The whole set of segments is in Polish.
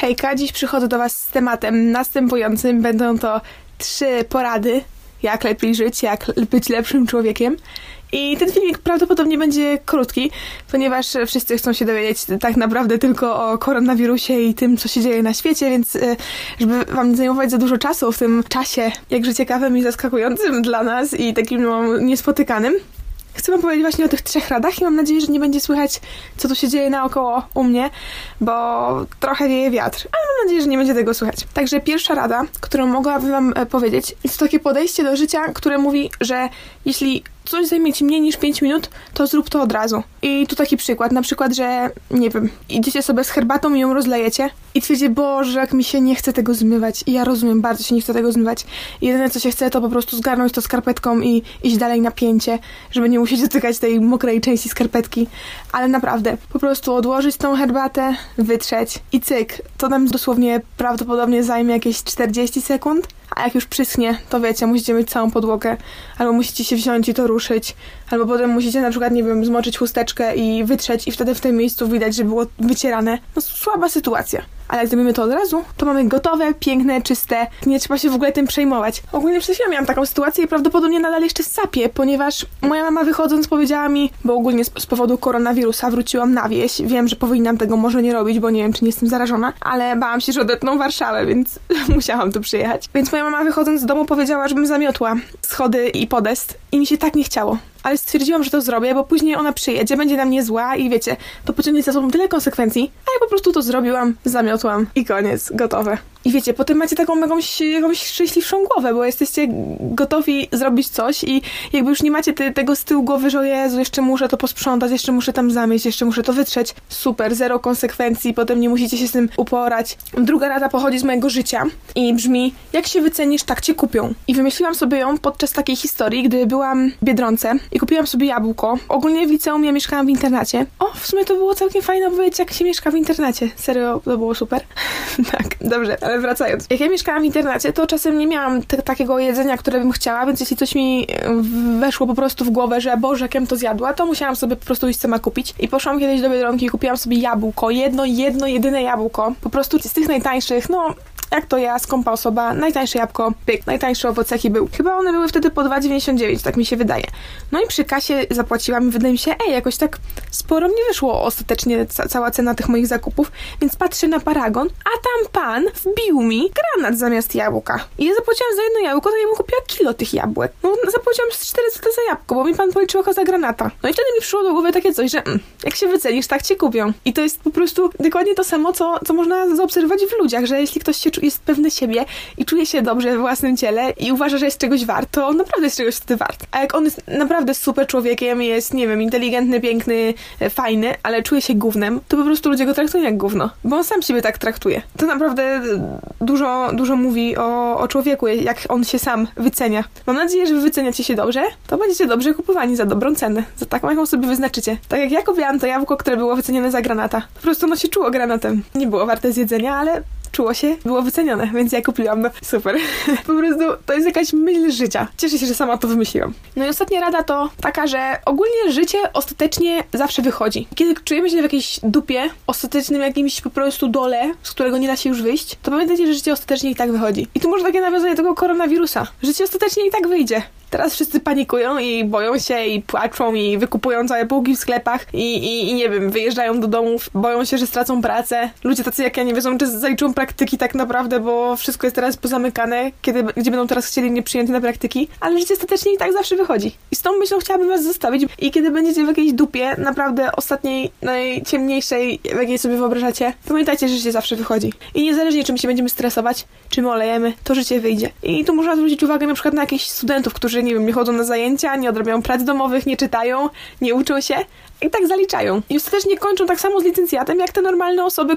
Hejka, dziś przychodzę do Was z tematem następującym. Będą to 3 porady, jak lepiej żyć, jak być lepszym człowiekiem. I ten filmik prawdopodobnie będzie krótki, ponieważ wszyscy chcą się dowiedzieć tak naprawdę tylko o koronawirusie i tym, co się dzieje na świecie, więc żeby Wam nie zajmować za dużo czasu w tym czasie, jakże ciekawym i zaskakującym dla nas i takim niespotykanym, chcę Wam powiedzieć właśnie o tych 3 radach i mam nadzieję, że nie będzie słychać, co tu się dzieje naokoło u mnie, bo trochę wieje wiatr, ale mam nadzieję, że nie będzie tego słychać. Także pierwsza rada, którą mogłabym Wam powiedzieć, jest to takie podejście do życia, które mówi, że jeśli coś zajmie Ci mniej niż 5 minut, to zrób to od razu. I tu taki przykład, na przykład, że nie wiem, idziecie sobie z herbatą i ją rozlejecie i twierdzicie, Boże, jak mi się nie chce tego zmywać. I ja rozumiem, bardzo się nie chce tego zmywać. I jedyne, co się chce, to po prostu zgarnąć to skarpetką i iść dalej na pięcie, żeby nie musieć dotykać tej mokrej części skarpetki. Ale naprawdę, po prostu odłożyć tą herbatę, wytrzeć i cyk. To nam dosłownie prawdopodobnie zajmie jakieś 40 sekund. A jak już przyschnie, to wiecie, musicie mieć całą podłogę, albo musicie się wziąć i to ruszyć, albo potem musicie na przykład, nie wiem, zmoczyć chusteczkę i wytrzeć i wtedy w tym miejscu widać, że było wycierane. No słaba sytuacja. Ale jak zrobimy to od razu, to mamy gotowe, piękne, czyste. Nie trzeba się w ogóle tym przejmować. Ogólnie przed chwilą miałam taką sytuację i prawdopodobnie nadal jeszcze sapię, ponieważ moja mama wychodząc powiedziała mi, bo ogólnie z powodu koronawirusa wróciłam na wieś. Wiem, że powinnam tego może nie robić, bo nie wiem, czy nie jestem zarażona, ale bałam się, że odetną Warszawę, więc musiałam tu przyjechać. Więc moja mama wychodząc z domu powiedziała, żebym zamiotła schody i podest i mi się tak nie chciało. Ale stwierdziłam, że to zrobię, bo później ona przyjedzie, będzie na mnie zła i wiecie, to pociągnie za sobą tyle konsekwencji, a ja po prostu to zrobiłam, zamiotłam i koniec, gotowe. I wiecie, potem macie taką jakąś szczęśliwszą głowę, bo jesteście gotowi zrobić coś i jakby już nie macie tego z tyłu głowy, że o Jezu, jeszcze muszę to posprzątać, jeszcze muszę tam zamyć, jeszcze muszę to wytrzeć. Super, 0 konsekwencji, potem nie musicie się z tym uporać. Druga rada pochodzi z mojego życia i brzmi, jak się wycenisz, tak cię kupią. I wymyśliłam sobie ją podczas takiej historii, gdy byłam w Biedronce i kupiłam sobie jabłko. Ogólnie w liceum ja mieszkałam w internacie. O, w sumie to było całkiem fajne powiedzieć, jak się mieszka w internacie. Serio, to było super. Tak, dobrze, ale wracając. Jak ja mieszkałam w internacie, to czasem nie miałam takiego jedzenia, które bym chciała, więc jeśli coś mi weszło po prostu w głowę, że Boże, jak ja to zjadła, to musiałam sobie po prostu iść sama kupić. I poszłam kiedyś do Biedronki i kupiłam sobie jabłko. Jedno jedyne jabłko. Po prostu z tych najtańszych, no jak to ja, skąpa osoba, najtańsze jabłko, pyk, najtańszy owoc jaki był. Chyba one były wtedy po 2,99, tak mi się wydaje. No i przy kasie zapłaciłam i wydaje mi się, jakoś tak sporo mnie wyszło ostatecznie cała cena tych moich zakupów, więc patrzę na paragon, a tam pan wbił mi granat zamiast jabłka. I ja zapłaciłam za jedno jabłko, to ja bym kupiła kilo tych jabłek. No zapłaciłam 4 zł za jabłko, bo mi pan policzył za granata. No i wtedy mi przyszło do głowy takie coś, że jak się wycenisz, tak cię kupią. I to jest po prostu dokładnie to samo, co można zaobserwować w ludziach, że jeśli ktoś jest pewny siebie i czuje się dobrze we własnym ciele i uważa, że jest czegoś wart, to on naprawdę jest czegoś wtedy wart. A jak on jest naprawdę super człowiekiem, jest, nie wiem, inteligentny, piękny, fajny, ale czuje się gównem, to po prostu ludzie go traktują jak gówno. Bo on sam siebie tak traktuje. To naprawdę dużo mówi o człowieku, jak on się sam wycenia. Mam nadzieję, że wy wyceniacie się dobrze, to będziecie dobrze kupowani za dobrą cenę. Za taką, jaką sobie wyznaczycie. Tak jak ja kupiłam to jabłko, które było wycenione za granata. Po prostu ono się czuło granatem. Nie było warte zjedzenia, ale czuło się, było wycenione, więc ja kupiłam, no super. Po prostu to jest jakaś myśl życia. Cieszę się, że sama to wymyśliłam. No i ostatnia rada to taka, że ogólnie życie ostatecznie zawsze wychodzi. Kiedy czujemy się w jakiejś dupie, ostatecznym jakimś po prostu dole, z którego nie da się już wyjść, to pamiętajcie, że życie ostatecznie i tak wychodzi. I tu może takie nawiązanie do tego koronawirusa. Życie ostatecznie i tak wyjdzie. Teraz wszyscy panikują i boją się i płaczą i wykupują całe półki w sklepach i nie wiem, wyjeżdżają do domów, boją się, że stracą pracę. Ludzie tacy jak ja nie wiedzą, czy zaliczą praktyki tak naprawdę, bo wszystko jest teraz pozamykane, gdzie będą teraz chcieli nieprzyjęte na praktyki, ale życie ostatecznie i tak zawsze wychodzi. I z tą myślą chciałabym was zostawić i kiedy będziecie w jakiejś dupie, naprawdę ostatniej, najciemniejszej, w jakiej sobie wyobrażacie, pamiętajcie, że życie zawsze wychodzi. I niezależnie czym się będziemy stresować, czym olejemy, to życie wyjdzie. I tu można zwrócić uwagę na przykład na jakichś studentów, którzy nie wiem, nie chodzą na zajęcia, nie odrobią prac domowych, nie czytają, nie uczą się i tak zaliczają. I ostatecznie kończą tak samo z licencjatem, jak te normalne osoby,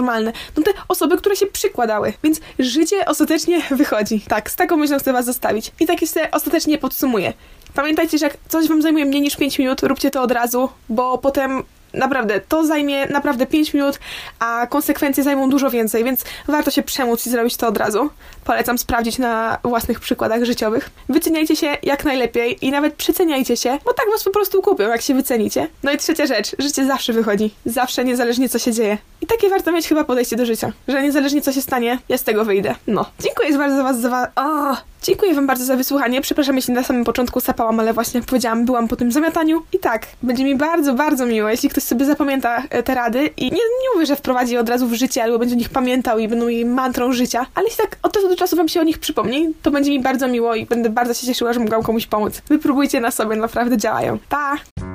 te osoby, które się przykładały. Więc życie ostatecznie wychodzi. Tak, z taką myślą chcę was zostawić. I tak jeszcze ostatecznie podsumuję. Pamiętajcie, że jak coś wam zajmuje mniej niż 5 minut, róbcie to od razu, bo potem naprawdę, to zajmie naprawdę 5 minut, a konsekwencje zajmą dużo więcej, więc warto się przemóc i zrobić to od razu. Polecam sprawdzić na własnych przykładach życiowych. Wyceniajcie się jak najlepiej i nawet przeceniajcie się, bo tak was po prostu kupią, jak się wycenicie. No i trzecia rzecz, życie zawsze wychodzi. Zawsze, niezależnie co się dzieje. I takie warto mieć chyba podejście do życia, że niezależnie co się stanie, ja z tego wyjdę. No. Dziękuję bardzo Dziękuję wam bardzo za wysłuchanie. Przepraszam, jeśli na samym początku sapałam, ale właśnie jak powiedziałam, byłam po tym zamiataniu. I tak, będzie mi bardzo, bardzo miło, jeśli ktoś sobie zapamięta te rady i nie mówię, że wprowadzi je od razu w życie, albo będzie o nich pamiętał i będą jej mantrą życia, ale jeśli tak od czasu do czasu wam się o nich przypomni, to będzie mi bardzo miło i będę bardzo się cieszyła, że mogłam komuś pomóc. Wypróbujcie na sobie, naprawdę działają. Pa!